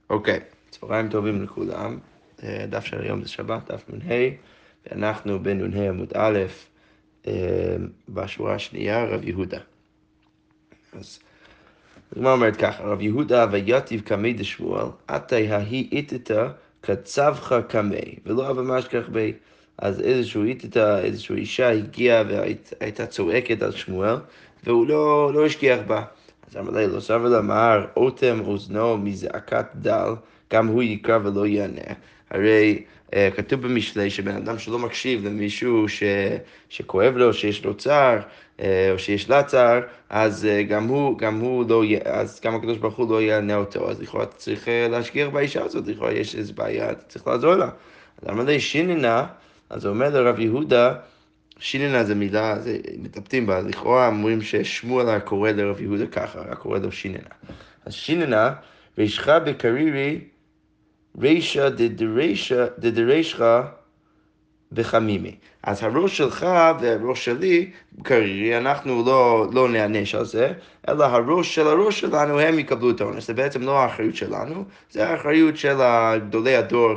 אוקיי, צהריים טובים לכולם. דף של היום זה שבת, דף נ"ה, ואנחנו בנ"ה עמוד א', בשורה השנייה, רב יהודה. אז הגמרא אומרת ככה, רב יהודה ויתיב קמי דשמואל, עתי ההיא איתתא קצבך קמי, ולא אבא משכח בי. אז איזושהי אישה הגיעה והייתה צועקת על שמואל, והוא לא השגיח בה. אז אמר לה, לא סבר למהר, אוטם אוזנו מזעקת דל, גם הוא יקרא ולא יענה. הרי כתוב במשלי שבן אדם שלא מקשיב למישהו שכואב לו, שיש לו צער, או שיש לה צער, אז גם הוא לא, אז גם הקדוש ברוך הוא לא יענה אותו, אז לכאורה אתה צריך להשגיח באישה הזאת, לכאורה יש איזו בעיה, אתה צריך לעזור לה. אז אמר לי שיננה, אז הוא אומר לרב יהודה, שיננה זה מילה, זה מטפטים בה, לכאורה אומרים ששמואל היה קורא לרב יהודה ככה, היה קורא לו שיננה. אז שיננה, רישך בקרירי, רישא דדרישך בחמימי. אז הראש שלך והראש שלי, קרירי, אנחנו לא נענש על זה, אלא הראש שלנו, הם יקבלו את העונש. זה בעצם לא האחריות שלנו, זה האחריות של גדולי הדור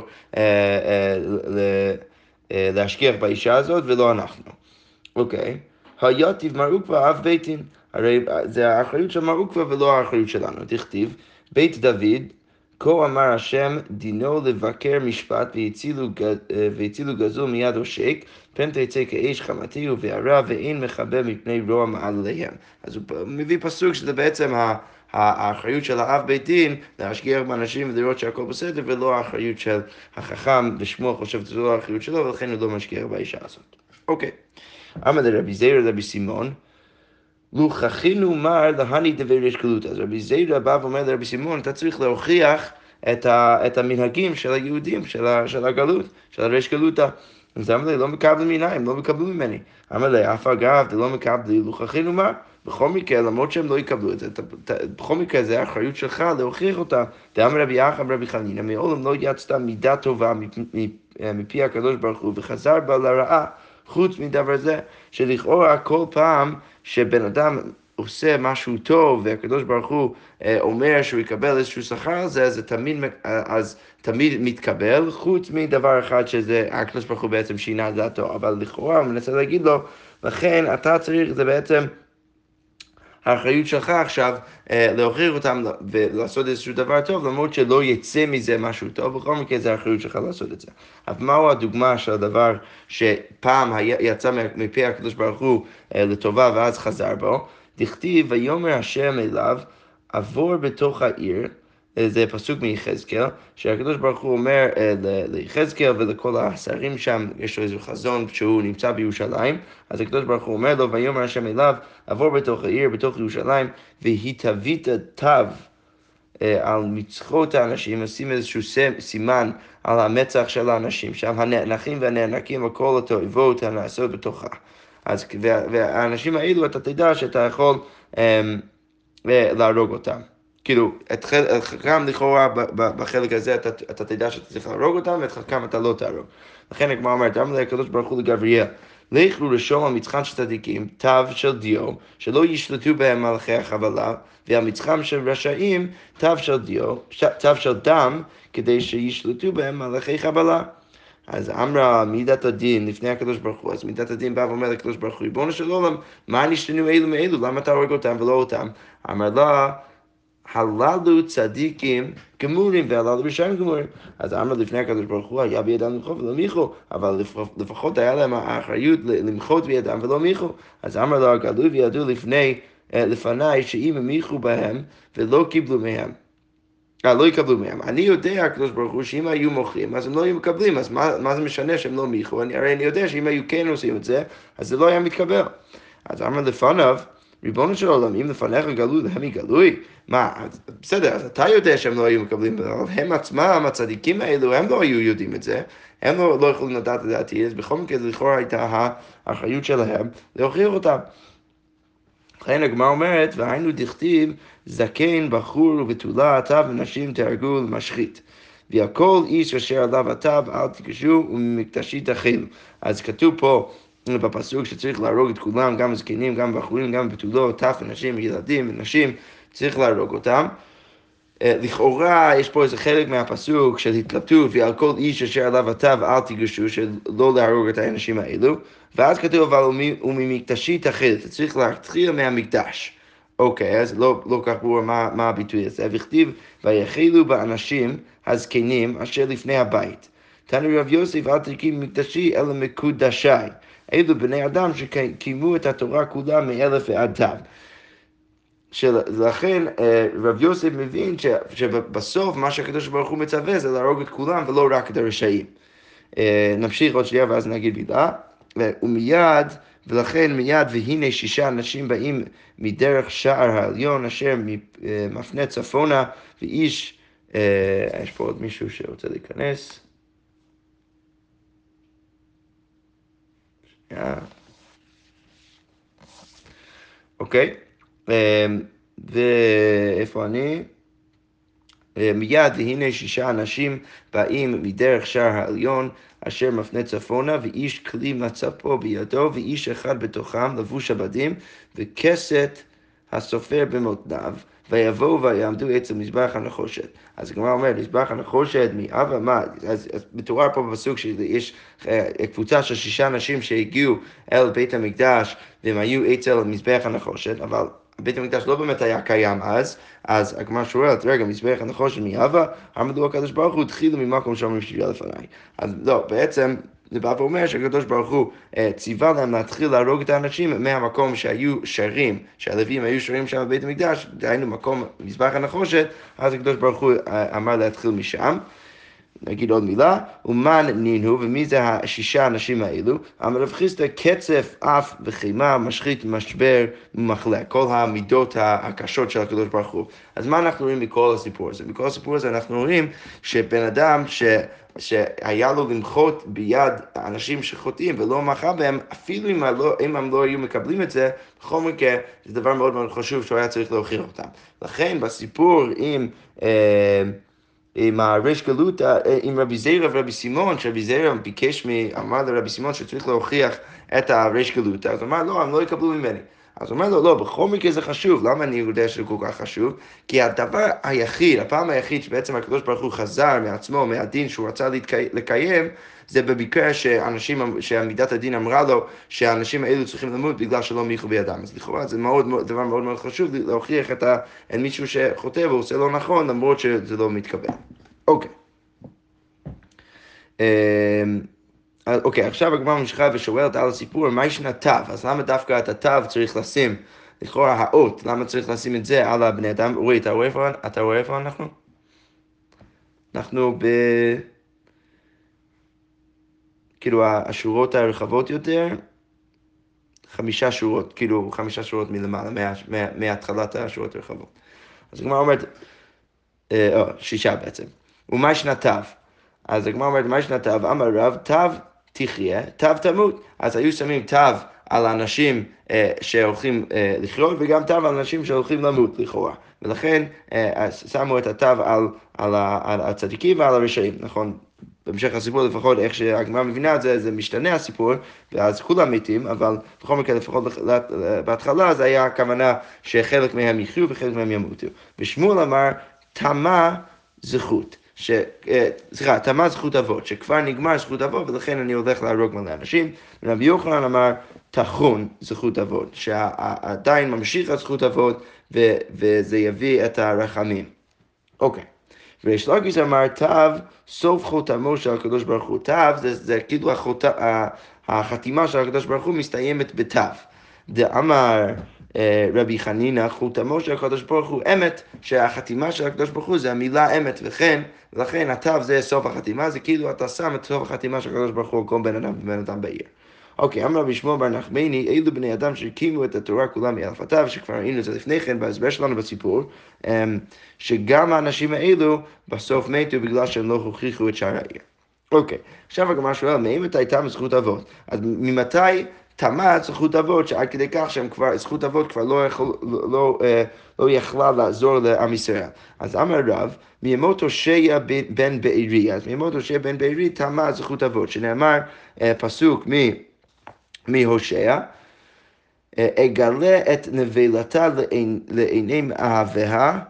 להשגיח באישה הזאת, ולא אנחנו. אוקיי. היתיב מר עוקבא אב ביתין. הרי זה האחריות של מר עוקבא ולא האחריות שלנו. תכתיב, בית דוד, כה אמר השם דינו לבקר משפט והצילו גזול מיד עושק, פן תצא כאש חמתי ובערה ואין מכבה מפני רוע מעל עליהם. אז הוא מביא פסוק שזה בעצם האחריות של האב בית דין להשגיח באנשים ולראות שהכל בסדר, ולא האחריות של החכם, ושמואל חושב שזה לא האחריות שלו, ולכן הוא לא משגיח באישה הזאת. אוקיי. אמר לרבי זירא רבי סימון, לו חכינו מר להני דבי ריש גלות. אז רבי זירא בא ואומר לרבי סימון, אתה צריך להוכיח את המנהגים של היהודים, של הגלות, של הריש גלותא. אז אמר לי, לא מקבלים מנהים, לא מקבלו ממני. אמר לי, אף אגב, לא מקבלים, לו חכינו מר. בכל מקרה, למרות שהם לא יקבלו את זה, בכל מקרה זה האחריות שלך להוכיח אותם. דאמר רבי יחיא רבי חנינא, מעולם לא יצאת מידה טובה מפי הקדוש ברוך הוא, וחזר בה לרעה, חוץ מדבר זה, שלכאורה כל פעם שבן אדם עושה משהו טוב, והקדוש ברוך הוא אומר שהוא יקבל איזשהו שכר על זה, אז תמיד מתקבל, חוץ מדבר אחד שזה, הקדוש ברוך הוא בעצם שינה את דעתו, אבל לכאורה הוא מנסה להגיד לו, לכן אתה צריך, זה בעצם האחריות שלך עכשיו להוכיח אותם ולעשות איזשהו דבר טוב, למרות שלא יצא מזה משהו טוב, בכל מקרה זה האחריות שלך לעשות את זה. אבל מהו הדוגמה של הדבר שפעם יצא מפי הקדוש ברוך הוא לטובה ואז חזר בו? דכתיב ויאמר השם אליו, עבור בתוך העיר, זה פסוק מיחזקאל, שהקדוש ברוך הוא אומר ליחזקאל ולכל השרים שם, יש לו איזה חזון שהוא נמצא בירושלים, אז הקדוש ברוך הוא אומר לו, ויאמר השם אליו, עבור בתוך העיר, בתוך ירושלים, והתהווית תו על מצחות האנשים, עושים איזשהו סימן על המצח של האנשים, שם הנאנחים והנאנקים, הכל התועבות הנעשות בתוכה. אז, והאנשים האלו, אתה תדע שאתה יכול להרוג אותם. כאילו, את חלקם לכאורה בחלק הזה אתה תדע שאתה צריך להרוג אותם, ואת חלקם אתה לא תהרוג. לכן הגמרא אומרת, אמר לקדוש ברוך הוא לגבריאל, לכו רשום על מצחן של צדיקים, תו של דיו, שלא ישלטו בהם מלאכי החבלה, ועל מצחם של רשעים, תו של דם, כדי שישלטו בהם מלאכי חבלה. אז אמרה מידת הדין לפני הקדוש ברוך הוא, אז מידת הדין בא ואומר לקדוש ברוך הוא, ריבונו של עולם, מה נשתנו אלו מאלו? למה אתה הורג אותם ולא אותם? אמר לה, הללו צדיקים גמורים והללו רשעים גמורים. אז אמר לפני הקדוש ברוך הוא, היה בידם למחות ולא מיכו, אבל לפחות היה להם האחריות למחות בידם ולא מיכו. אז אמר לו, גלו וידעו לפניי שאם הם מיכו בהם ולא קיבלו מהם, לא יקבלו מהם. אני יודע, הקדוש ברוך הוא, שאם היו מוכרים, אז הם לא היו מקבלים, אז מה זה משנה שהם לא מיכו? הרי אני יודע שאם היו כן עושים את זה, אז זה לא היה מתקבל. אז אמר לפניו, ריבונו של עולם, אם לפניך גלוי, להם יגלוי? מה, בסדר, אז אתה יודע שהם לא היו מקבלים, אבל הם עצמם, הצדיקים האלו, הם לא היו יודעים את זה, הם לא יכולים לדעת את דעתי, אז בכל מקרה לכאורה הייתה האחריות שלהם להוכיח אותם. לכן הגמרא אומרת, והיינו דכתיב, זקן, בחור ובתולה, עתה ונשים תהרגו למשחית. והכל איש אשר עליו עתה, אל תיגשו וממקדשי תאכלו. אז כתוב פה בפסוק שצריך להרוג את כולם, גם זקנים, גם בחורים, גם בתולות, טף ונשים, ילדים ונשים, צריך להרוג אותם. לכאורה יש פה איזה חלק מהפסוק של התלבטות, ועל כל איש אשר עליו התו אל תיגשו, שלא להרוג את האנשים האלו, ואז כתוב אבל וממקדשי תחיל, אתה צריך להתחיל מהמקדש. אוקיי, אז לא כך ברור מה הביטוי הזה, וכתיב ויחילו באנשים הזקנים אשר לפני הבית. תנו רב יוסף אל תקים מקדשי אלא מקודשי. אלו בני אדם שקיימו את התורה כולה מאלף ועד תו. לכן רב יוסף מבין שבסוף מה שהקדוש ברוך הוא מצווה זה להרוג את כולם ולא רק את הרשעים. נמשיך עוד שנייה ואז נגיד מילה. ולכן מיד והנה 6 אנשים באים מדרך שער העליון אשר מפנה צפונה ואיש, יש פה עוד מישהו שרוצה להיכנס. אוקיי. ואיפה אני? מיד והנה 6 אנשים באים מדרך שער העליון אשר מפנה צפונה ואיש כלי מצפו בידו ואיש אחד בתוכם לבוש הבדים וכסת הסופר במותניו ויבואו ויעמדו אצל מזבח הנחושת. אז הגמרא אומרת, מזבח הנחושת מאבה מה? אז מתואר פה בפסוק שיש קבוצה של 6 אנשים שהגיעו אל בית המקדש והם היו אצל מזבח הנחושת, אבל בית המקדש לא באמת היה קיים אז הגמרא שואלת, רגע, מזבח הנחושת מאבה, אמרו הקדוש ברוך הוא, התחילו ממקום שאומרים שביל לפניי. אז לא, בעצם זה בא ואומר שהקדוש ברוך הוא ציווה להם להתחיל להרוג את האנשים מהמקום שהיו שרים, שהלווים היו שרים שם בבית המקדש, דהיינו מקום מזבח הנחושת, אז הקדוש ברוך הוא אמר להתחיל משם. נגיד עוד מילה, ומן נינו, ומי זה 6 האנשים האלו? אמר רב חיסדא, קצף, אף וחימה, משחית, משבר, מחלק, כל המידות הקשות של הקדוש ברוך הוא. אז מה אנחנו רואים מכל הסיפור הזה? מכל הסיפור הזה אנחנו רואים שבן אדם שהיה לו למחות ביד האנשים שחוטאים ולא מחה בהם, אפילו אם הם לא היו מקבלים את זה, בכל מקרה זה דבר מאוד מאוד חשוב שהוא היה צריך להוכיח אותם. לכן בסיפור עם הריש גלותא, עם רבי זירא ורבי סימון, שרבי זירא אמר לרבי סימון שצריך להוכיח את הריש גלותא, אז הוא אמר, לא, הם לא יקבלו ממני. אז הוא אומר לו, לא, בכל מקרה זה חשוב. למה אני יודע שזה כל כך חשוב? כי הדבר היחיד, הפעם היחיד שבעצם הקדוש ברוך הוא חזר מעצמו, מהדין שהוא רצה לקיים, זה במקרה שהמידת הדין אמרה לו שהאנשים האלו צריכים למות בגלל שלא מיחו בידם. אז לכאורה זה דבר מאוד מאוד חשוב להוכיח את מישהו שחוטא ועושה לא נכון, למרות שזה לא מתכוון. אוקיי. אוקיי, עכשיו הגמרא ממשיכה ושואלת על הסיפור, מה ישנה תו? אז למה דווקא את התו צריך לשים, לכאורה האות, למה צריך לשים את זה על הבני אדם? אורי, אתה רואה איפה אנחנו? אנחנו כאילו השורות הרחבות יותר, 5 שורות, כאילו 5 שורות מלמעלה, מהתחלת השורות הרחבות. אז הגמרא אומרת, 6 בעצם. ומה ישנה תו? אז הגמרא אומרת, מה ישנה תו? אמר רב, תו תחיה, תו תמות. אז היו שמים תו על האנשים שהולכים לחיות, וגם תו על אנשים שהולכים למות לכאורה. ולכן שמו את התו על הצדיקים ועל הרשעים, נכון? בהמשך הסיפור לפחות איך שהגמרא מבינה את זה, זה משתנה הסיפור, ואז כולם מתים, אבל בכל מקרה לפחות בהתחלה זה היה הכוונה שחלק מהם יחיו וחלק מהם ימותו. ושמואל אמר, תמה זכות. תמה זכות אבות, שכבר נגמר זכות אבות, ולכן אני הולך להרוג מלא אנשים. רבי יוחנן אמר, תחון זכות אבות, שעדיין ממשיך הזכות אבות, וזה יביא את הרחמים. אוקיי. ויש לגיס אמר, תו סוף חותמו של הקדוש ברוך הוא. תו זה כאילו החתימה של הקדוש ברוך הוא מסתיימת בתו. דאמר רבי חנינא, חותמו של הקדוש ברוך הוא אמת, שהחתימה של הקדוש ברוך הוא זה המילה אמת, ולכן התו זה סוף החתימה, זה כאילו אתה שם את סוף החתימה של הקדוש ברוך הוא כל בן אדם ובן אדם בעיר. אוקיי, אמר רבי שמואל בר נחמני, אלו בני אדם שהקימו את התורה כולה מאלף עד תו, שכבר ראינו את זה לפני כן בהסבר שלנו בסיפור, שגם האנשים האלו בסוף מתו בגלל שהם לא הוכיחו את שאר העיר. אוקיי, עכשיו הגמרא שואל, מאימתי תמה זכות אבות? אז ממתי תמה זכות אבות, שעד כדי כך זכות אבות כבר לא יכלה לעזור לעם ישראל. אז אמר רב, מימות הושע בן בארי, אז מימות הושע בן בארי תמה זכות אבות, שנאמר פסוק מהושע, אגלה את נבלתה לעיני אהביה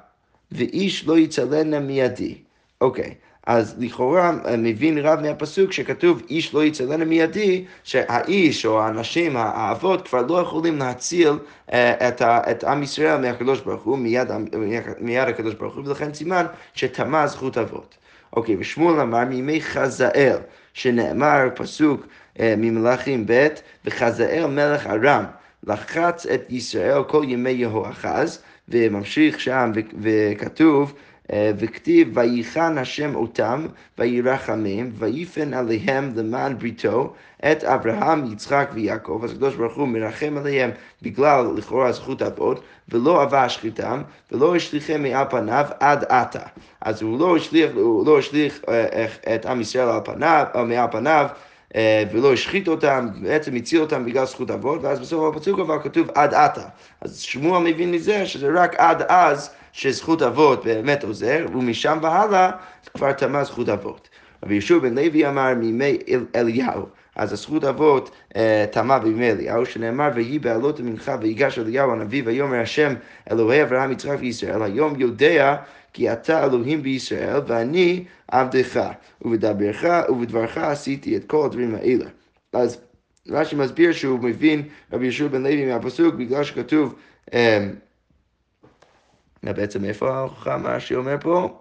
ואיש לא יצלנה מידי. אוקיי. אז לכאורה מבין רב מהפסוק שכתוב איש לא יצלנה מידי, שהאיש או האנשים, האבות כבר לא יכולים להציל את עם ישראל מהקדוש ברוך הוא, מיד הקדוש ברוך הוא, ולכן סימן שתמה זכות אבות. אוקיי, ושמואל אמר מימי חזאל, שנאמר פסוק ממלכים ב' וחזאל מלך ארם, לחץ את ישראל כל ימי יהואחז, וממשיך שם וכתוב, וכתיב ויחן השם אותם וירחמם ויפן עליהם למען בריתו את אברהם יצחק ויעקב. אז הקדוש ברוך הוא מרחם עליהם בגלל לכאורה זכות אבות, ולא אבה השחיתם ולא השליכם מעל פניו עד עתה. אז הוא לא השליך את עם ישראל מעל פניו ולא השחית אותם, בעצם הציל אותם בגלל זכות אבות, ואז בסוף הפסוק אבל כתוב עד עתה. אז שמואל מבין מזה שזה רק עד אז שזכות אבות באמת עוזר, ומשם והלאה כבר תמה זכות אבות. רבי יהושע בן לוי אמר מימי אליהו, אז הזכות אבות תמה בימי אליהו, שנאמר ויהי בעלות המנחה ויגש אליהו הנביא ויאמר השם אלוהי אברהם יצחק וישראל, היום יודע כי אתה אלוהים בישראל ואני עבדך, ובדברך עשיתי את כל הדברים האלה. אז רש"י מסביר שהוא מבין רבי יהושע בן לוי מהפסוק בגלל שכתוב, בעצם איפה ההוכחה מה שאומר פה?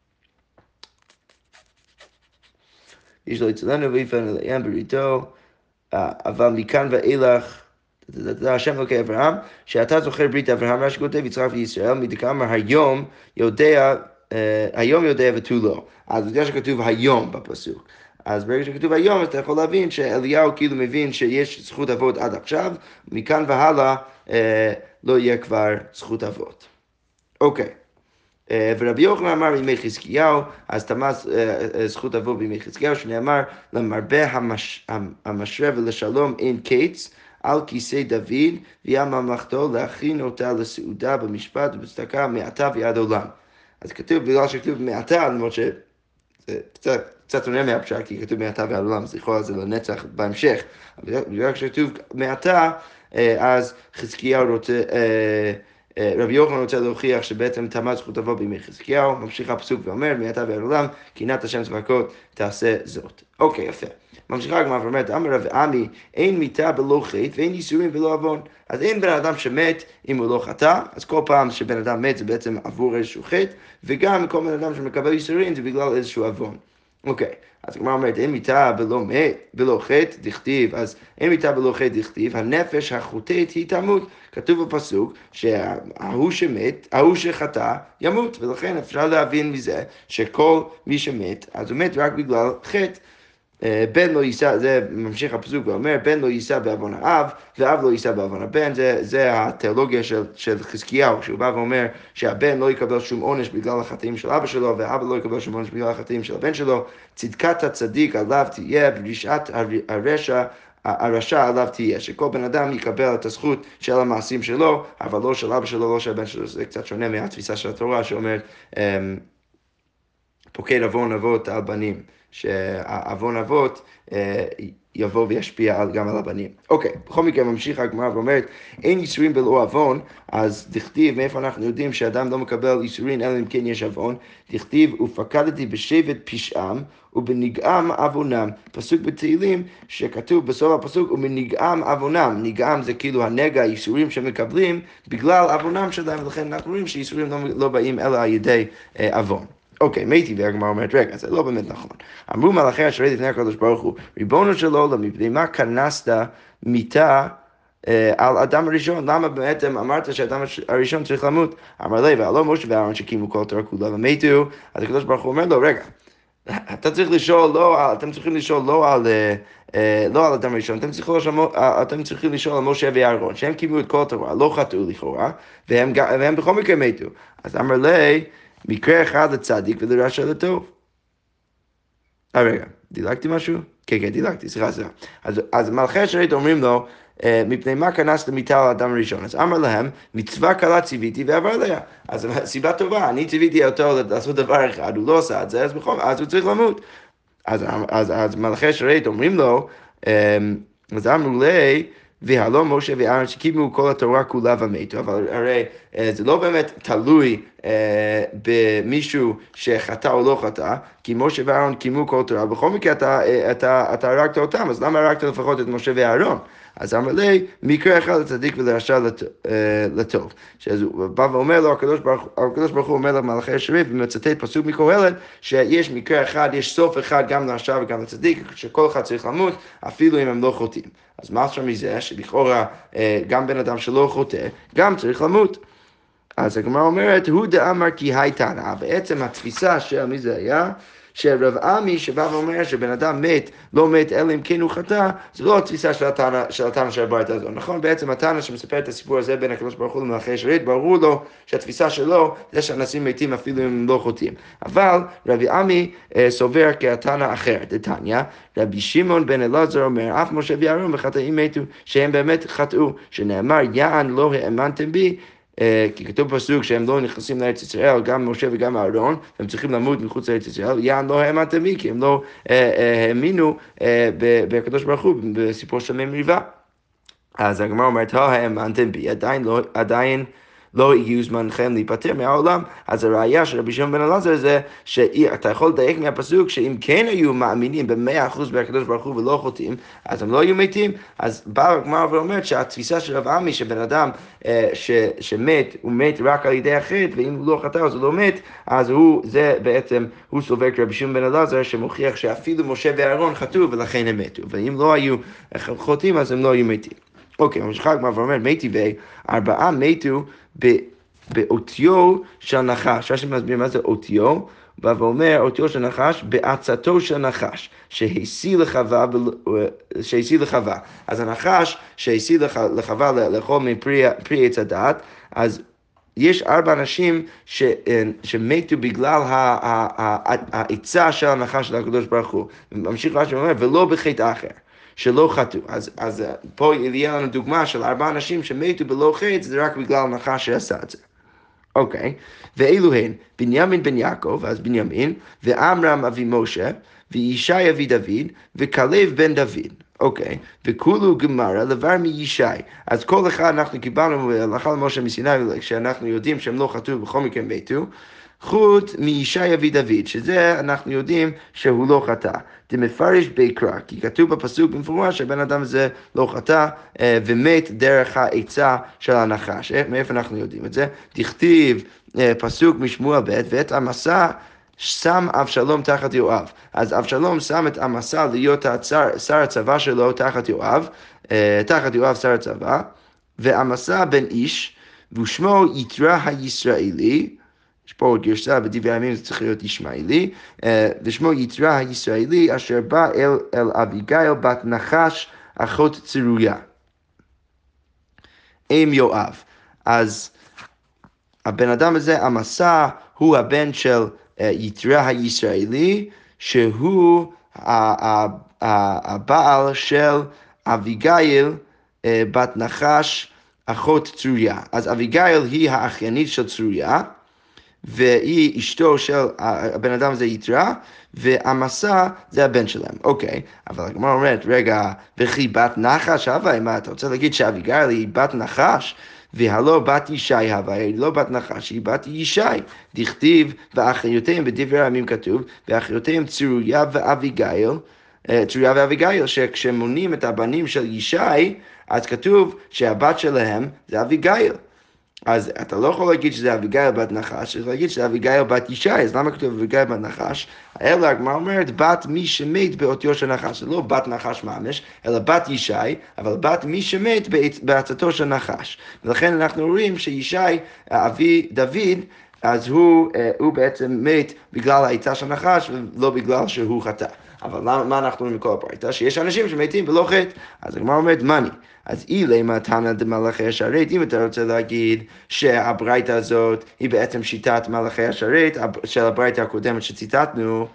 איש לא יצלנו ויפן אליהם בריתו, אבל מכאן ואילך, השם אלוקי אברהם, שאתה זוכר ברית אברהם, רש"י כותב יצחק וישראל, מדקאמר היום יודע ותו לא. אז בגלל שכתוב היום בפסוק. אז ברגע שכתוב היום, אתה יכול להבין שאליהו כאילו מבין שיש זכות אבות עד עכשיו, מכאן והלאה לא יהיה כבר זכות אבות. אוקיי. ורבי יוחנן אמר בימי חזקיהו, אז תמה זכות אבות בימי חזקיהו, שנאמר למרבה המשרה ולשלום אין קץ על כיסא דוד, והיה ממלכתו להכין אותה לסעודה במשפט ובצדקה מעתה ועד עולם. אז כתוב, בגלל שכתוב מעתה, למרות שזה קצת עונה מהפשט, כי כתוב מעתה ועד עולם, אז לכאורה זה לנצח בהמשך. בגלל שכתוב מעתה, אז חזקיהו רוצה, רבי יוחנן רוצה להוכיח שבעצם תמה זכות אבות בימי חזקיהו, ממשיך הפסוק ואומר, מעתה ועד עולם, קנאת השם צבאות תעשה זאת. אוקיי, יפה. ממשיכה הגמרא ואומרת, אמר רב עמי, אין מיתה בלא חטא ואין ייסורים בלא עוון. אז אין בן אדם שמת אם הוא לא חטא, אז כל פעם שבן אדם מת זה בעצם עבור איזשהו חטא, וגם כל בן אדם שמקבל ייסורים זה בגלל איזשהו עוון. אוקיי, אז הגמרא אומרת, אין מיתה בלא חטא דכתיב, אז אין מיתה בלא חטא דכתיב, הנפש החוטאת היא תמות. כתוב בפסוק שההוא שמת, ההוא שחטא ימות, ולכן אפשר להבין מזה שכל מי שמת, אז הוא מת רק בגלל חטא. בן לא יישא, זה ממשיך הפסוק ואומר, בן לא יישא בעוון האב, ואב לא יישא בעוון הבן, זה התיאולוגיה של חזקיהו, שהוא בא ואומר שהבן לא יקבל שום עונש בגלל החטאים של אבא שלו, והאבא לא יקבל שום עונש בגלל החטאים של הבן שלו, צדקת הצדיק עליו תהיה, ורשעת הרשע עליו תהיה, שכל בן אדם יקבל את הזכות של המעשים שלו, אבל לא של אבא שלו, לא של הבן שלו, זה קצת שונה מהתפיסה של התורה, שאומרת, פוקד עוון אבות על בנים, שעוון אבות יבוא וישפיע גם על הבנים. אוקיי, בכל מקרה ממשיך הגמרא ואומרת, אין ייסורים בלא עוון, אז דכתיב, מאיפה אנחנו יודעים שאדם לא מקבל ייסורים, אלא אם כן יש עוון, דכתיב, ופקדתי בשבט פשעם, ובנגעם עוונם. פסוק בתהילים שכתוב בסוף הפסוק, ובנגעם עוונם. נגעם זה כאילו הנגע, הייסורים שמקבלים, בגלל עוונם שלהם, ולכן אנחנו רואים שייסורים לא באים אלא על ידי עוון. אוקיי, מייתי והגמרא אומרת, רגע, זה לא באמת נכון. אמרו מלאכי אשרי לפני הקדוש ברוך הוא, ריבונו של עולם, מפני מה כנסת מיתה על אדם הראשון? למה בעצם אמרת שהאדם הראשון צריך למות? אמר לי, והלא משה ואהרון שקימו כל תורה כולה ומתו, אז הקדוש ברוך הוא אומר לו, רגע, אתם צריכים לשאול לא על אדם הראשון, אתם צריכים לשאול על משה ואהרון, שהם קימו את כל התורה, לא חטאו לכאורה, והם בכל מקרה מתו. אז אמר לי, מקרה אחד לצדיק ולרשע לטוב. רגע, דילגתי משהו? כן, דילגתי, סליחה. אז מלאכי אשרית אומרים לו, מפני מה כנסת מיתה על האדם הראשון? אז אמר להם, מצווה קלה ציוויתי ועבר עליה. אז סיבה טובה, אני ציוויתי אותו לעשות דבר אחד, הוא לא עשה את זה, אז הוא צריך למות. אז מלאכי אשרית אומרים לו, אז אמרו לי, והלא משה ואהרון שקימו כל התורה כולה ומתו, אבל הרי זה לא באמת תלוי במישהו שחטא או לא חטא, כי משה ואהרון קיימו כל תורה, בכל מקרה אתה הרגת אותם, אז למה הרגת לפחות את משה ואהרון? אז אמר לי, מקרה אחד לצדיק ולרשע לטוב. שאז הוא בא ואומר לו, הקדוש ברוך הוא אומר למלאכי השרת, ומצטט פסוק מקהלת, שיש מקרה אחד, יש סוף אחד גם לרשע וגם לצדיק, שכל אחד צריך למות, אפילו אם הם לא חוטאים. אז מה עכשיו מזה? שלכאורה גם בן אדם שלא חוטא, גם צריך למות. אז הגמרא אומרת, הוא דאמר כי הייתנא, בעצם התפיסה של מי זה היה? שרב עמי שבא ואומר שבן אדם מת, לא מת אלא אם כן הוא חטא, זה לא התפיסה של התנא של הברייתא הזו, נכון? בעצם התנא שמספר את הסיפור הזה בין הקדוש ברוך הוא למלאכי השרת, ברור לו שהתפיסה שלו זה שאנשים מתים אפילו אם הם לא חוטאים. אבל רבי עמי סובר כהתנא אחרת, דתניא, רבי שמעון בן אלעזר אומר, אף משה ואהרון וחטאים מתו, שהם באמת חטאו, שנאמר יען לא האמנתם בי, כי כתוב פסוק שהם לא נכנסים לארץ ישראל, גם משה וגם אהרון, הם צריכים למות מחוץ לארץ ישראל, יען לא האמנתם בי, כי הם לא האמינו בקדוש ברוך הוא, בסיפור של מריבה. אז הגמרא אומרת, האמנתם בי, עדיין לא הגיעו זמנכם להיפטר מהעולם. אז הראייה של רבי שמעון בן אלעזר זה שאתה יכול לדייק מהפסוק שאם כן היו מאמינים ב100% בקדוש ברוך הוא ולא חוטאים, אז הם לא היו מתים. אז באה הגמרא ואומרת שהתפיסה של רב עמי שבן אדם שמת, הוא מת רק על ידי החטא, ואם הוא לא חטא אז הוא לא מת, אז זה בעצם, הוא סובר כרבי שמעון בן אלעזר שמוכיח שאפילו משה ואהרון חטאו ולכן הם מתו, ואם לא היו חוטאים אז הם לא היו מתים. אוקיי, ממשיכה הגמרא ואומרת, מתי ארבעה מתו באותיו של נחש. רש"י מסביר מה זה אותיו, בא ואומר אותיו של נחש בעצתו של נחש שהשיא לחווה. אז הנחש שהשיא לחווה לאכול מפרי עץ הדעת, אז יש 4 אנשים שמתו בגלל העצה של הנחש של הקדוש ברוך הוא. ממשיך רש"י ואומר, ולא בחטא אחר. שלא חטאו. אז פה יהיה לנו דוגמה של 4 אנשים שמתו בלא חטא, זה רק בגלל הנחש שעשה את זה. אוקיי, ואלו הן, בנימין בן יעקב, אז בנימין, ועמרם אבי משה, וישי אבי דוד, וכלב בן דוד. אוקיי, וכולו גמרא לבר מישי. אז כל אחד אנחנו קיבלנו הלכה למשה מסיני, כשאנחנו יודעים שהם לא חטאו בכל מקרה מתו, חוץ מישי אבי דוד, שזה אנחנו יודעים שהוא לא חטא. דמפרש ביקרא, כי כתוב בפסוק במפורש שהבן אדם הזה לא חטא ומת דרך העצה של הנחש. מאיפה אנחנו יודעים את זה? תכתיב פסוק משמואל ב', ואת המסע שם אבשלום תחת יואב. אז אבשלום שם את המסע להיות שר הצבא שלו תחת יואב שר הצבא, והמסע בן איש, ושמו יתרה הישראלי, יש פה גרסה בדברי הימים, זה צריך להיות ישמעאלי, ושמו יתרה הישראלי, אשר בא אל אביגיל בת נחש, אחות צרויה, אם יואב. אז הבן אדם הזה, המסע, הוא הבן של יתרה הישראלי, שהוא הבעל של אביגיל בת נחש, אחות צרויה. אז אביגיל היא האחיינית של צרויה, והיא אשתו של הבן אדם הזה יתרה, והמסע זה הבן שלהם. אוקיי, אבל הגמרא אומרת, רגע, וכי בת נחש הווה, מה אתה רוצה להגיד שאביגיל היא בת נחש? והלא בת ישי הווה, היא לא בת נחש, היא בת ישי. דכתיב, ואחיותיהם בדברי הימים כתוב, ואחיותיהם צרויה ואביגיל, שכשמונים את הבנים של ישי, אז כתוב שהבת שלהם זה אביגיל. אז אתה לא יכול להגיד שזה אביגיל בת נחש, אתה להגיד שזה אביגיל בת ישי, אז למה כתוב אביגיל בת נחש? אלא הגמרא אומרת, בת מי שמת באותיו של נחש, זה לא בת נחש ממש, אלא בת ישי, אבל בת מי שמת בעצתו של נחש. ולכן אנחנו רואים שישי, אבי דוד, אז הוא בעצם מת בגלל העצה של נחש, ולא בגלל שהוא חטא. אבל מה אנחנו רואים מכל הברייתא? שיש אנשים שמתים בלא חטא. אז הגמרא אומרת, מני. אז אילמה תנא דמלאכי השרת, אם אתה רוצה להגיד שהברייתא הזאת היא בעצם שיטת מלאכי השרת של הברייתא הקודמת שציטטנו,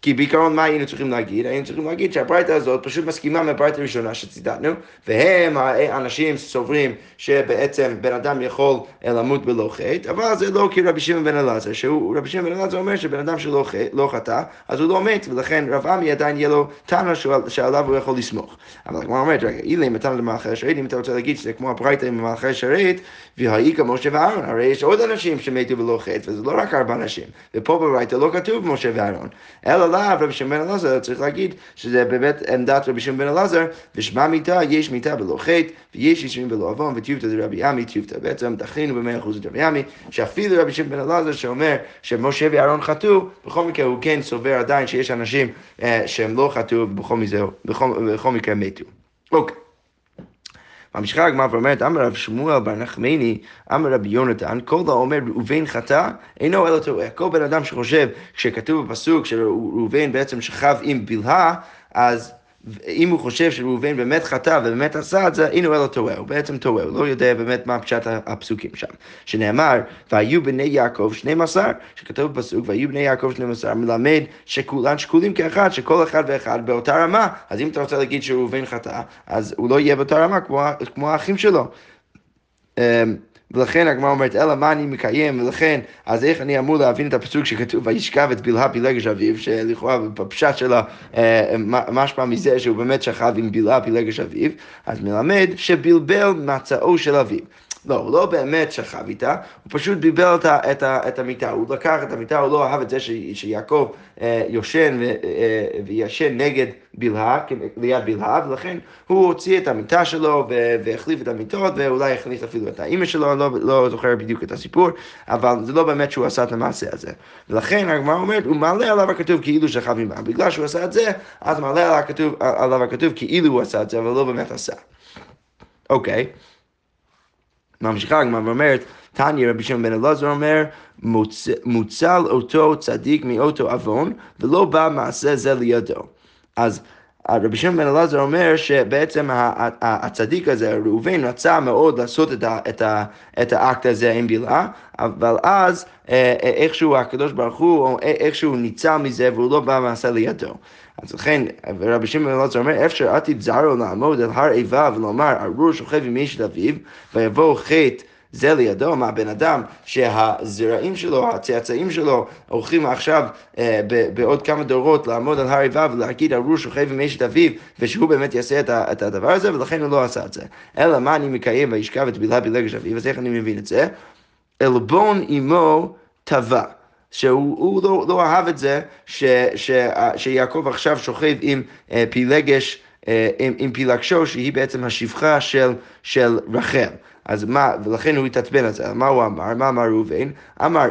כי בעיקרון מה היינו צריכים להגיד? היינו צריכים להגיד שהברייתא הזאת פשוט מסכימה מהברייתא הראשונה שציטטנו, והם האנשים סוברים שבעצם בן אדם יכול למות בלא חטא, אבל זה לא כרבי שמעון בן אלעזר, רבי שמעון בן אלעזר אומר שבן אדם שלא חטא, אז הוא לא מת, ולכן רב עמי עדיין יהיה לו טענה שעליו הוא יכול לסמוך. אבל הגמרא אומרת, רגע, אילא אם אתה למלאכי השרת, אם אתה רוצה להגיד שזה כמו הברייתא עם מלאכי השרת, והאי כמשה ואהרון, הרי יש עוד אנשים שמתו בלא חטא, וזה לא רק 4 אנשים, ופה בברייתא לא כתוב משה ואהרון, אלא לאו רבי שמעון בן אלעזר, צריך להגיד שזה באמת עמדת רבי שמעון בן אלעזר, ושמה מיתה, יש מיתה בלא חטא, ויש אישים בלא עוון, וטיובתא דרבי עמי טיובתא. בעצם דחינו ב100% את רבי עמי, שאפילו רבי שמעון בן אלעזר שאומר שמשה ואהרון חטאו, בכל מקרה הוא כן סובר עדיין שיש אנשים שהם לא חטאו, ובכל מקרה מתו. אוקיי. ממשיכה הגמרא ואומרת, אמר רב שמואל בר נחמני, אמר רבי יונתן, כל האומר ראובן חטא, אינו אלא טועה. כל בן אדם שחושב, כשכתוב בפסוק שראובן בעצם שכב עם בלהה, אז אם הוא חושב שראובן באמת חטא ובאמת עשה את זה, אינו אלא טועה, הוא בעצם טועה, הוא לא יודע באמת מה פשט הפסוקים שם. שנאמר, והיו בני יעקב 12, שכתוב בפסוק, והיו בני יעקב 12, מלמד שכולן שקולים כאחד, שכל אחד ואחד באותה רמה, אז אם אתה רוצה להגיד שראובן חטא, אז הוא לא יהיה באותה רמה כמו האחים שלו. ולכן הגמרא אומרת, אלא מה אני מקיים, ולכן, אז איך אני אמור להבין את הפסוק שכתוב, וישכב את בלהה פילגש אביו, שלכאורה בפשט שלו משמע מזה שהוא באמת שכב עם בלהה פילגש אביו, אז מלמד שבלבל מצאו של אביו. לא, הוא לא באמת שכב איתה, הוא פשוט ביבל את המיטה, הוא לקח את המיטה, הוא לא אהב את זה שיעקב יושן וישן נגד בלהה, ליד בלהה, ולכן הוא הוציא את המיטה שלו והחליף את המיטות, ואולי החליף אפילו את האמא שלו, לא זוכר בדיוק את הסיפור, אבל זה לא באמת שהוא עשה את המעשה הזה. ולכן הגמרא אומרת, הוא מעלה עליו הכתוב כאילו שכב עמה, בגלל שהוא עשה את זה, אז מעלה עליו הכתוב כאילו הוא עשה את זה, אבל לא באמת עשה. אוקיי. ממשיכה הגמרא ואומרת, תניא רבי שמעון בן אלעזר אומר, מוצל אותו צדיק מאותו עוון, ולא בא מעשה זה לידו. אז רבי שמעון בן אלעזר אומר שבעצם הצדיק הזה, ראובן, רצה מאוד לעשות את האקט הזה עם בלהה, אבל אז איכשהו הקדוש ברוך הוא, איכשהו ניצל מזה, והוא לא בא מעשה לידו. אז לכן, רבי שמעון בן אלעזר אומר, אפשר עתיד זרעו לעמוד על הר איבה ולומר, ארור שוכב עם אשת אביו, ויבוא חטא זה לידו, מהבן אדם שהזרעים שלו, הצאצאים שלו, הולכים עכשיו בעוד כמה דורות לעמוד על הר איבה ולהגיד, ארור שוכב עם אשת אביו, ושהוא באמת יעשה את הדבר הזה, ולכן הוא לא עשה את זה. אלא מה אני מקיים וישכב את בלהה פילגש אביו, אז איך אני מבין את זה? עלבון אמו טבע. שהוא לא אהב את זה שיעקב עכשיו שוכב עם פילגש, עם פילגשו, שהיא בעצם השפחה של רחל. אז מה, ולכן הוא התעצבן על זה. מה הוא אמר? מה אמר ראובן? אמר,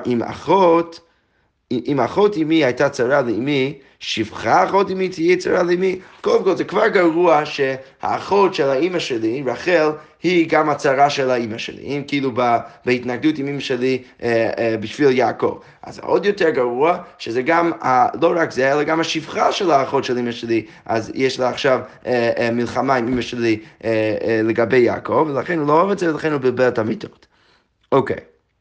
אם אחות אמי הייתה צרה לאמי, שפחה אחות אמי תהיה צרה לאמי. קודם כל זה כבר גרוע שהאחות של האמא שלי, רחל, היא גם הצרה של האמא שלי, אם כאילו בהתנגדות עם אמא שלי בשביל יעקב. אז עוד יותר גרוע שזה גם, לא רק זה, אלא גם השפחה של האחות של אמא שלי, אז יש לה עכשיו מלחמה עם אמא שלי לגבי יעקב, ולכן הוא לא אוהב את זה, ולכן הוא בלבל את המיטות. אוקיי.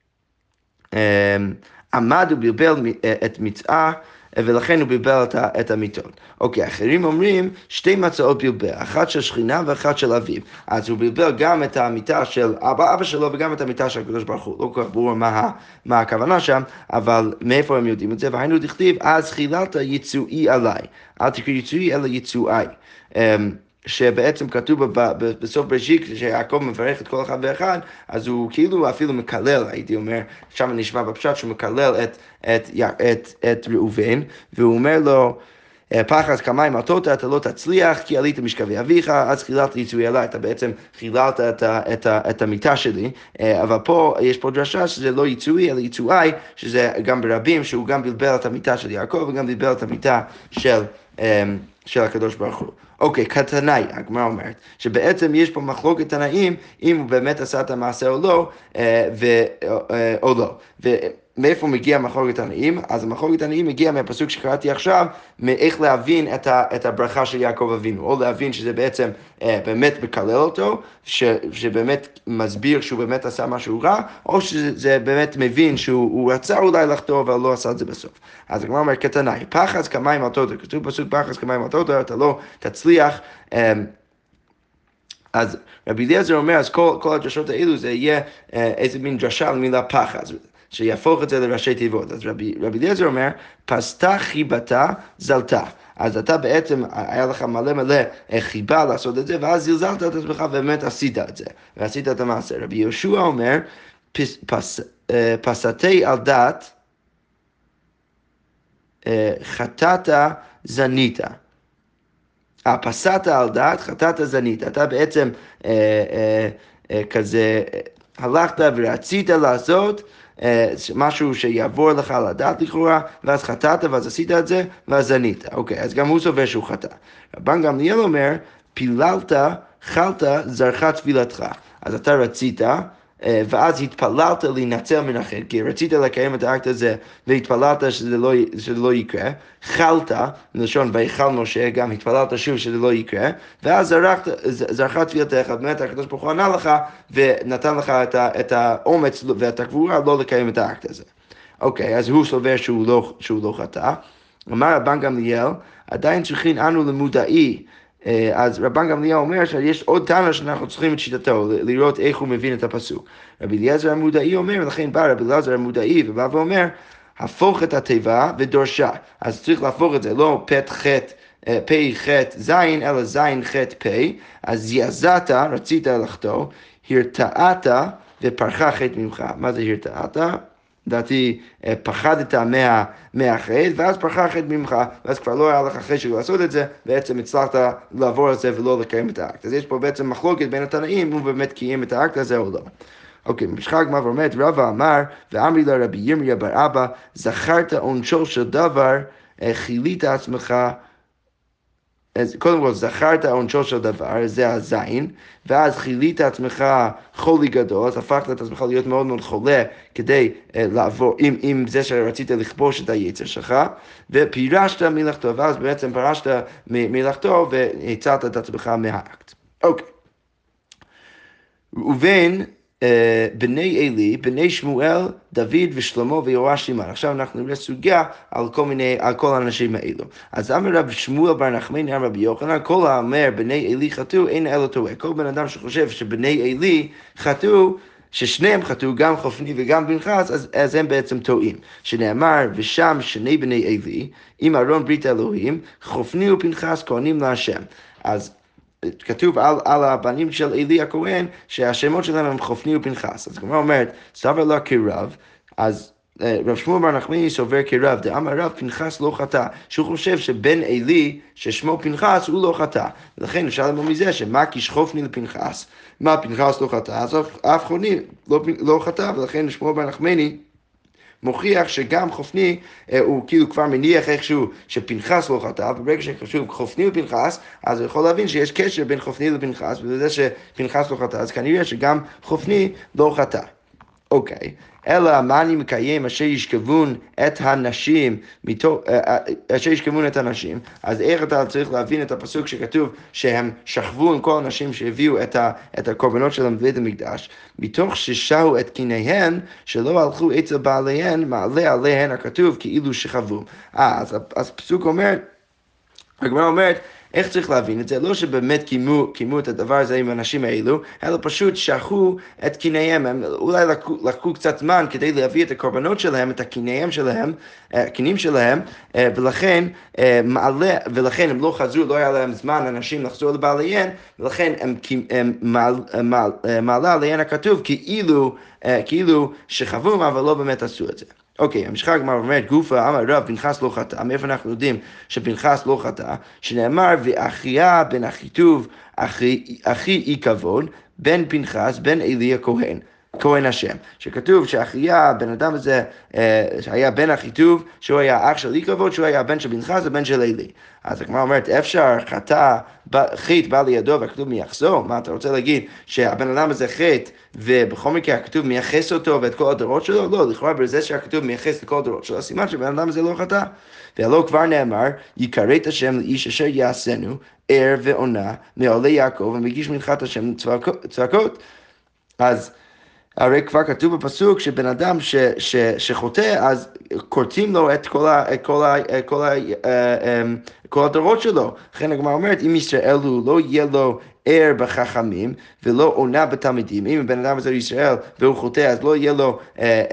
עמד ובלבל את מצעה, ולכן הוא בלבל את המיטות. אוקיי, אחרים אומרים שתי מצאות בלבל, אחת של שכינה ואחת של אביו. אז הוא בלבל גם את המיטה של אבא שלו וגם את המיטה של הקדוש ברוך הוא. לא כל כך ברור מה הכוונה שם, אבל מאיפה הם יודעים את זה? והיינו דכתיב, אז חיללת יצואי עליי. אל תקרא יצואי אלא יצואי. שבעצם כתוב בסוף בראשית, כשיעקב מברך את כל אחד ואחד, אז הוא כאילו אפילו מקלל, הייתי אומר, שם נשמע בפשט שהוא מקלל את ראובן, והוא אומר לו, פחד כמים עטות, אתה לא תצליח, כי עלית משכבי אביך, אז חיללת יצואי עליי, אתה בעצם חיללת את המיטה שלי, אבל פה יש פה דרשה שזה לא יצואי, אלא יצואי, שזה גם ברבים, שהוא גם בלבל את המיטה של יעקב, וגם בלבל את המיטה של של הקדוש ברוך הוא. אוקיי, כתנאי, הגמרא אומרת, שבעצם יש פה מחלוקת תנאים, אם הוא באמת עשה את המעשה או לא, או לא. מאיפה מגיע מחלוקת תנאים? אז מחלוקת תנאים מגיע מהפסוק שקראתי עכשיו, מאיך להבין את הברכה של יעקב אבינו, או להבין שזה בעצם באמת מקלל אותו, שבאמת מסביר שהוא באמת עשה משהו רע, או שזה באמת מבין שהוא רצה אולי לחטוא, אבל לא עשה את זה בסוף. אז הגמרא אומר כתנאי, פחז כמים על תותר, כתוב פסוק פחז כמים על תותר, אתה לא תצליח, אז רבי אליעזר אומר, אז כל הדרשות האלו זה יהיה איזה מין דרשה למילה פחז, שיהפוך את זה לראשי תיבות. אז רבי אליעזר אומר, פסתה חיבתה זלתה. אז אתה בעצם, היה לך מלא חיבה לעשות את זה, ואז זלזלת את עצמך ובאמת עשית את זה, ועשית את המעשה. רבי יהושע אומר, פסתי על דת, חטאת זנית. פסעת על דעת, חטאת זנית. אתה בעצם כזה הלכת ורצית לעשות משהו שיעבור לך על הדעת לכאורה, ואז חטאת ואז עשית את זה, ואז זנית. אוקיי, אז גם הוא סובר שהוא חטא. רבן גמליאל אומר, פיללת, חלת, זרחה תפילתך. אז אתה רצית, ואז התפללת להינצל מן החטא, כי רצית לקיים את האקט הזה, והתפללת שזה לא יקרה, חלת, מלשון ויכל משה, גם התפללת שוב שזה לא יקרה, ואז זרחה תפילתך, באמת הקדוש ברוך הוא ענה לך, ונתן לך את האומץ ואת הגבורה לא לקיים את האקט הזה. אוקיי, אז הוא סובר שהוא לא חטא. אמר רבן גמליאל, עדיין צריכים אנו למודעי, אז רבן גמליאל אומר שיש עוד טענה שאנחנו צריכים את שיטתו, לראות איך הוא מבין את הפסוק. רבי אליעזר המודעי אומר, ולכן בא רבי אליעזר המודעי ובא ואומר, הפוך את התיבה ודורשה. אז צריך להפוך את זה, לא פי חטא זין, אלא זין חטא פי. אז יעזת, רצית לחטוא, הרתעת ופרחה חטא ממך. מה זה הרתעת? לדעתי פחדת מהחטא, ואז פרחה חטא ממך, ואז כבר לא היה לך חטא לעשות את זה, בעצם הצלחת לעבור על זה ולא לקיים את האקט. אז יש פה בעצם מחלוקת בין התנאים, אם הוא באמת קיים את האקט הזה או לא. אוקיי, משחק הגמרא ואומרת, רבא אמר, ואמרי לה רבי ירמיה בר אבא, זכרת עונשו של דבר, חילית עצמך, אז קודם כל, זכרת עונשו של דבר, זה הזין, ואז חילית עצמך חולי גדול, אז הפכת את עצמך להיות מאוד מאוד חולה, כדי לעבור, עם זה שרצית לכבוש את היצר שלך, ופירשת מלאכתו, ואז בעצם פרשת מלאכתו, והצלת את עצמך מהאקט. אוקיי. ובין בני אלי, בני שמואל, דוד ושלמה ויואש שימן. עכשיו אנחנו נראה סוגיה על כל האנשים האלו. אז אמר רב שמואל בר נחמני אמר רבי יוחנן, כל האומר בני אלי חטאו אין אלא טועה. כל בן אדם שחושב שבני אלי חטאו, ששניהם חטאו, גם חופני וגם פנחס, אז הם בעצם טועים. שנאמר, ושם שני בני אלי, עם ארון ברית אלוהים, חופני ופנחס כהנים להשם. אז כתוב על הבנים של אלי הכהן, שהשמות שלהם הם חופני ופנחס. אז כמו אומרת, סבר לה כרב, אז רב שמואל בר נחמני סובר כרב, דאמר רב פנחס לא חטא, שהוא חושב שבן אלי, ששמו פנחס, הוא לא חטא. ולכן אפשר ללמוד מזה, שמה כשחופני לפנחס, מה פנחס לא חטא, אז אף חופני לא חטא, ולכן שמואל בר נחמני מוכיח שגם חופני הוא כאילו כבר מניח איכשהו שפנחס לא חטא, וברגע שחשוב חופני ופנחס, אז הוא יכול להבין שיש קשר בין חופני לפנחס, ובזה שפנחס לא חטא, אז כנראה שגם חופני לא חטא. אוקיי, אלא מה אני מקיים אשר ישכבון את הנשים, אשר ישכבון את הנשים, אז איך אתה צריך להבין את הפסוק שכתוב שהם שכבו עם כל הנשים שהביאו את הקורבנות שלהם בבית המקדש, מתוך ששהו את קיניהן, שלא הלכו אצל בעליהן, מעלה עליהן הכתוב כאילו שכבו. אז הפסוק אומר, הגמרא אומרת, איך צריך להבין את זה? לא שבאמת קיימו את הדבר הזה עם האנשים האלו, אלא פשוט שכחו את קיניהם. הם אולי לקחו קצת זמן כדי להביא את הקורבנות שלהם, את הקינים שלהם, ולכן הם לא חזרו, לא היה להם זמן אנשים לחזור לבעליהן, ולכן הם מעלה עליהן הכתוב כאילו שכבו, אבל לא באמת עשו את זה. אוקיי, המשחק הגמרא אומרת, גופה אמר רב פנחס לא חטא. מאיפה אנחנו יודעים שפנחס לא חטא? שנאמר, ואחיה בן אחיטוב אחי אי כבוד, בן פנחס בן אלי הכהן. כהן השם, שכתוב שאחיה, בן אדם הזה, שהיה בן אחיטוב, שהוא היה אח של איקבוד, שהוא היה הבן של פנחס ובן של עלי. אז הגמרא אומרת, אפשר חטא, חטא בא לידו והכתוב מייחסו? מה אתה רוצה להגיד? שהבן אדם הזה חטא, ובכל מקרה הכתוב מייחס אותו ואת כל הדורות שלו? לא, לכאורה בזה שהכתוב מייחס לכל הדורות שלו, סימן שבן אדם הזה לא חטא. והלא כבר נאמר, יכרת השם לאיש אשר יעשנו, ער ועונה, מעולי יעקב, ומגיש מנחת השם צעקות. אז הרי כבר כתוב בפסוק שבן אדם שחוטא, אז קורטים לו את כל הדורות שלו. לכן הגמרא אומרת, אם ישראל הוא לא יהיה לו ער בחכמים ולא עונה בתלמידים, אם בן אדם הזה ישראל והוא חוטא, אז לא יהיה לו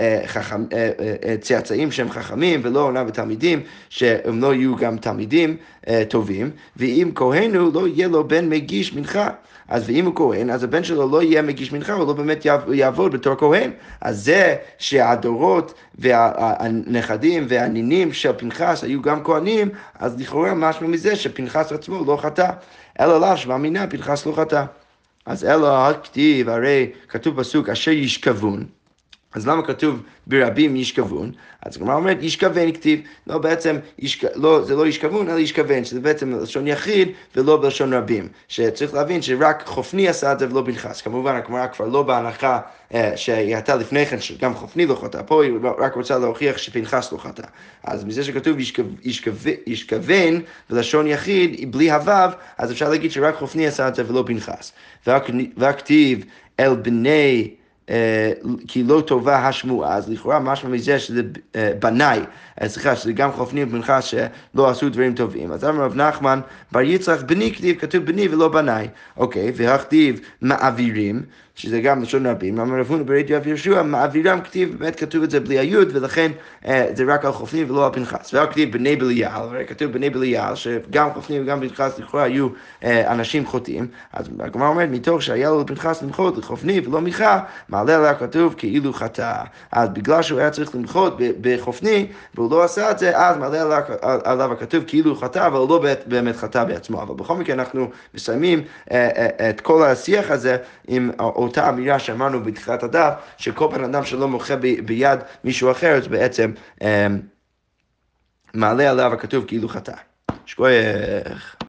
צאצאים שהם חכמים ולא עונה בתלמידים, שהם לא יהיו גם תלמידים טובים, ואם כהן הוא לא יהיה לו בן מגיש מנחה. אז ואם הוא כהן, אז הבן שלו לא יהיה מגיש מנחה, הוא לא באמת יעבוד בתור כהן. אז זה שהדורות והנכדים והנינים של פנחס היו גם כהנים, אז לכאורה משהו מזה שפנחס עצמו לא חטא. אלא לאו שמאמינה פנחס לא חטא. אז אלא הכתיב, הרי כתוב פסוק אשר ישכבון. אז למה כתוב ברבים ישכבון? אז הגמרא אומרת ישכבן כתיב, לא בעצם, זה לא ישכבון אלא ישכבן, שזה בעצם בלשון יחיד ולא בלשון רבים, שצריך להבין שרק חופני עשה את זה ולא פנחס. כמובן הגמרא כבר לא בהנחה שהיא הייתה לפני כן שגם חופני לא חטא, פה היא רק רוצה להוכיח שפנחס לא חטא. אז מזה שכתוב ישכבן בלשון יחיד בלי הוו, אז אפשר להגיד שרק חופני עשה את זה ולא פנחס. והכתיב אל בני כי לא טובה השמועה, אז לכאורה משמע מזה שזה בניי, סליחה, שזה גם חופני ופנחס שלא עשו דברים טובים. אז אמר רב נחמן בר יצחק בני כתיב, כתוב בני ולא בניי. אוקיי, והכתיב מעבירים, שזה גם לשון רבים, אמר רב הונא בר ידיעה יהושע, מעבירם כתיב, באמת כתוב את זה בלי היוד, ולכן זה רק על חופני ולא על פנחס. והכתיב בני בליעל, הרי כתוב בני בליעל, שגם חופני וגם פנחס לכאורה היו אנשים חוטאים. אז הגמרא אומרת, מתוך שהיה לו פנחס למחות לחופני ולא מיכה, מעלה עליה כתוב כאילו חטא. אז בגלל שהוא היה צריך למחות בחופני, והוא לא עשה את זה, אז מעלה עליו הכתוב כאילו חטא, אבל הוא לא באמת חטא בעצמו. אבל בכל מקרה אנחנו מסיימים את כל השיח הזה עם אותה אמירה שאמרנו בתחילת הדף, שכל בן אדם שלא מוחה ביד מישהו אחר, זה בעצם מעלה עליו הכתוב כאילו חטא. שכוח.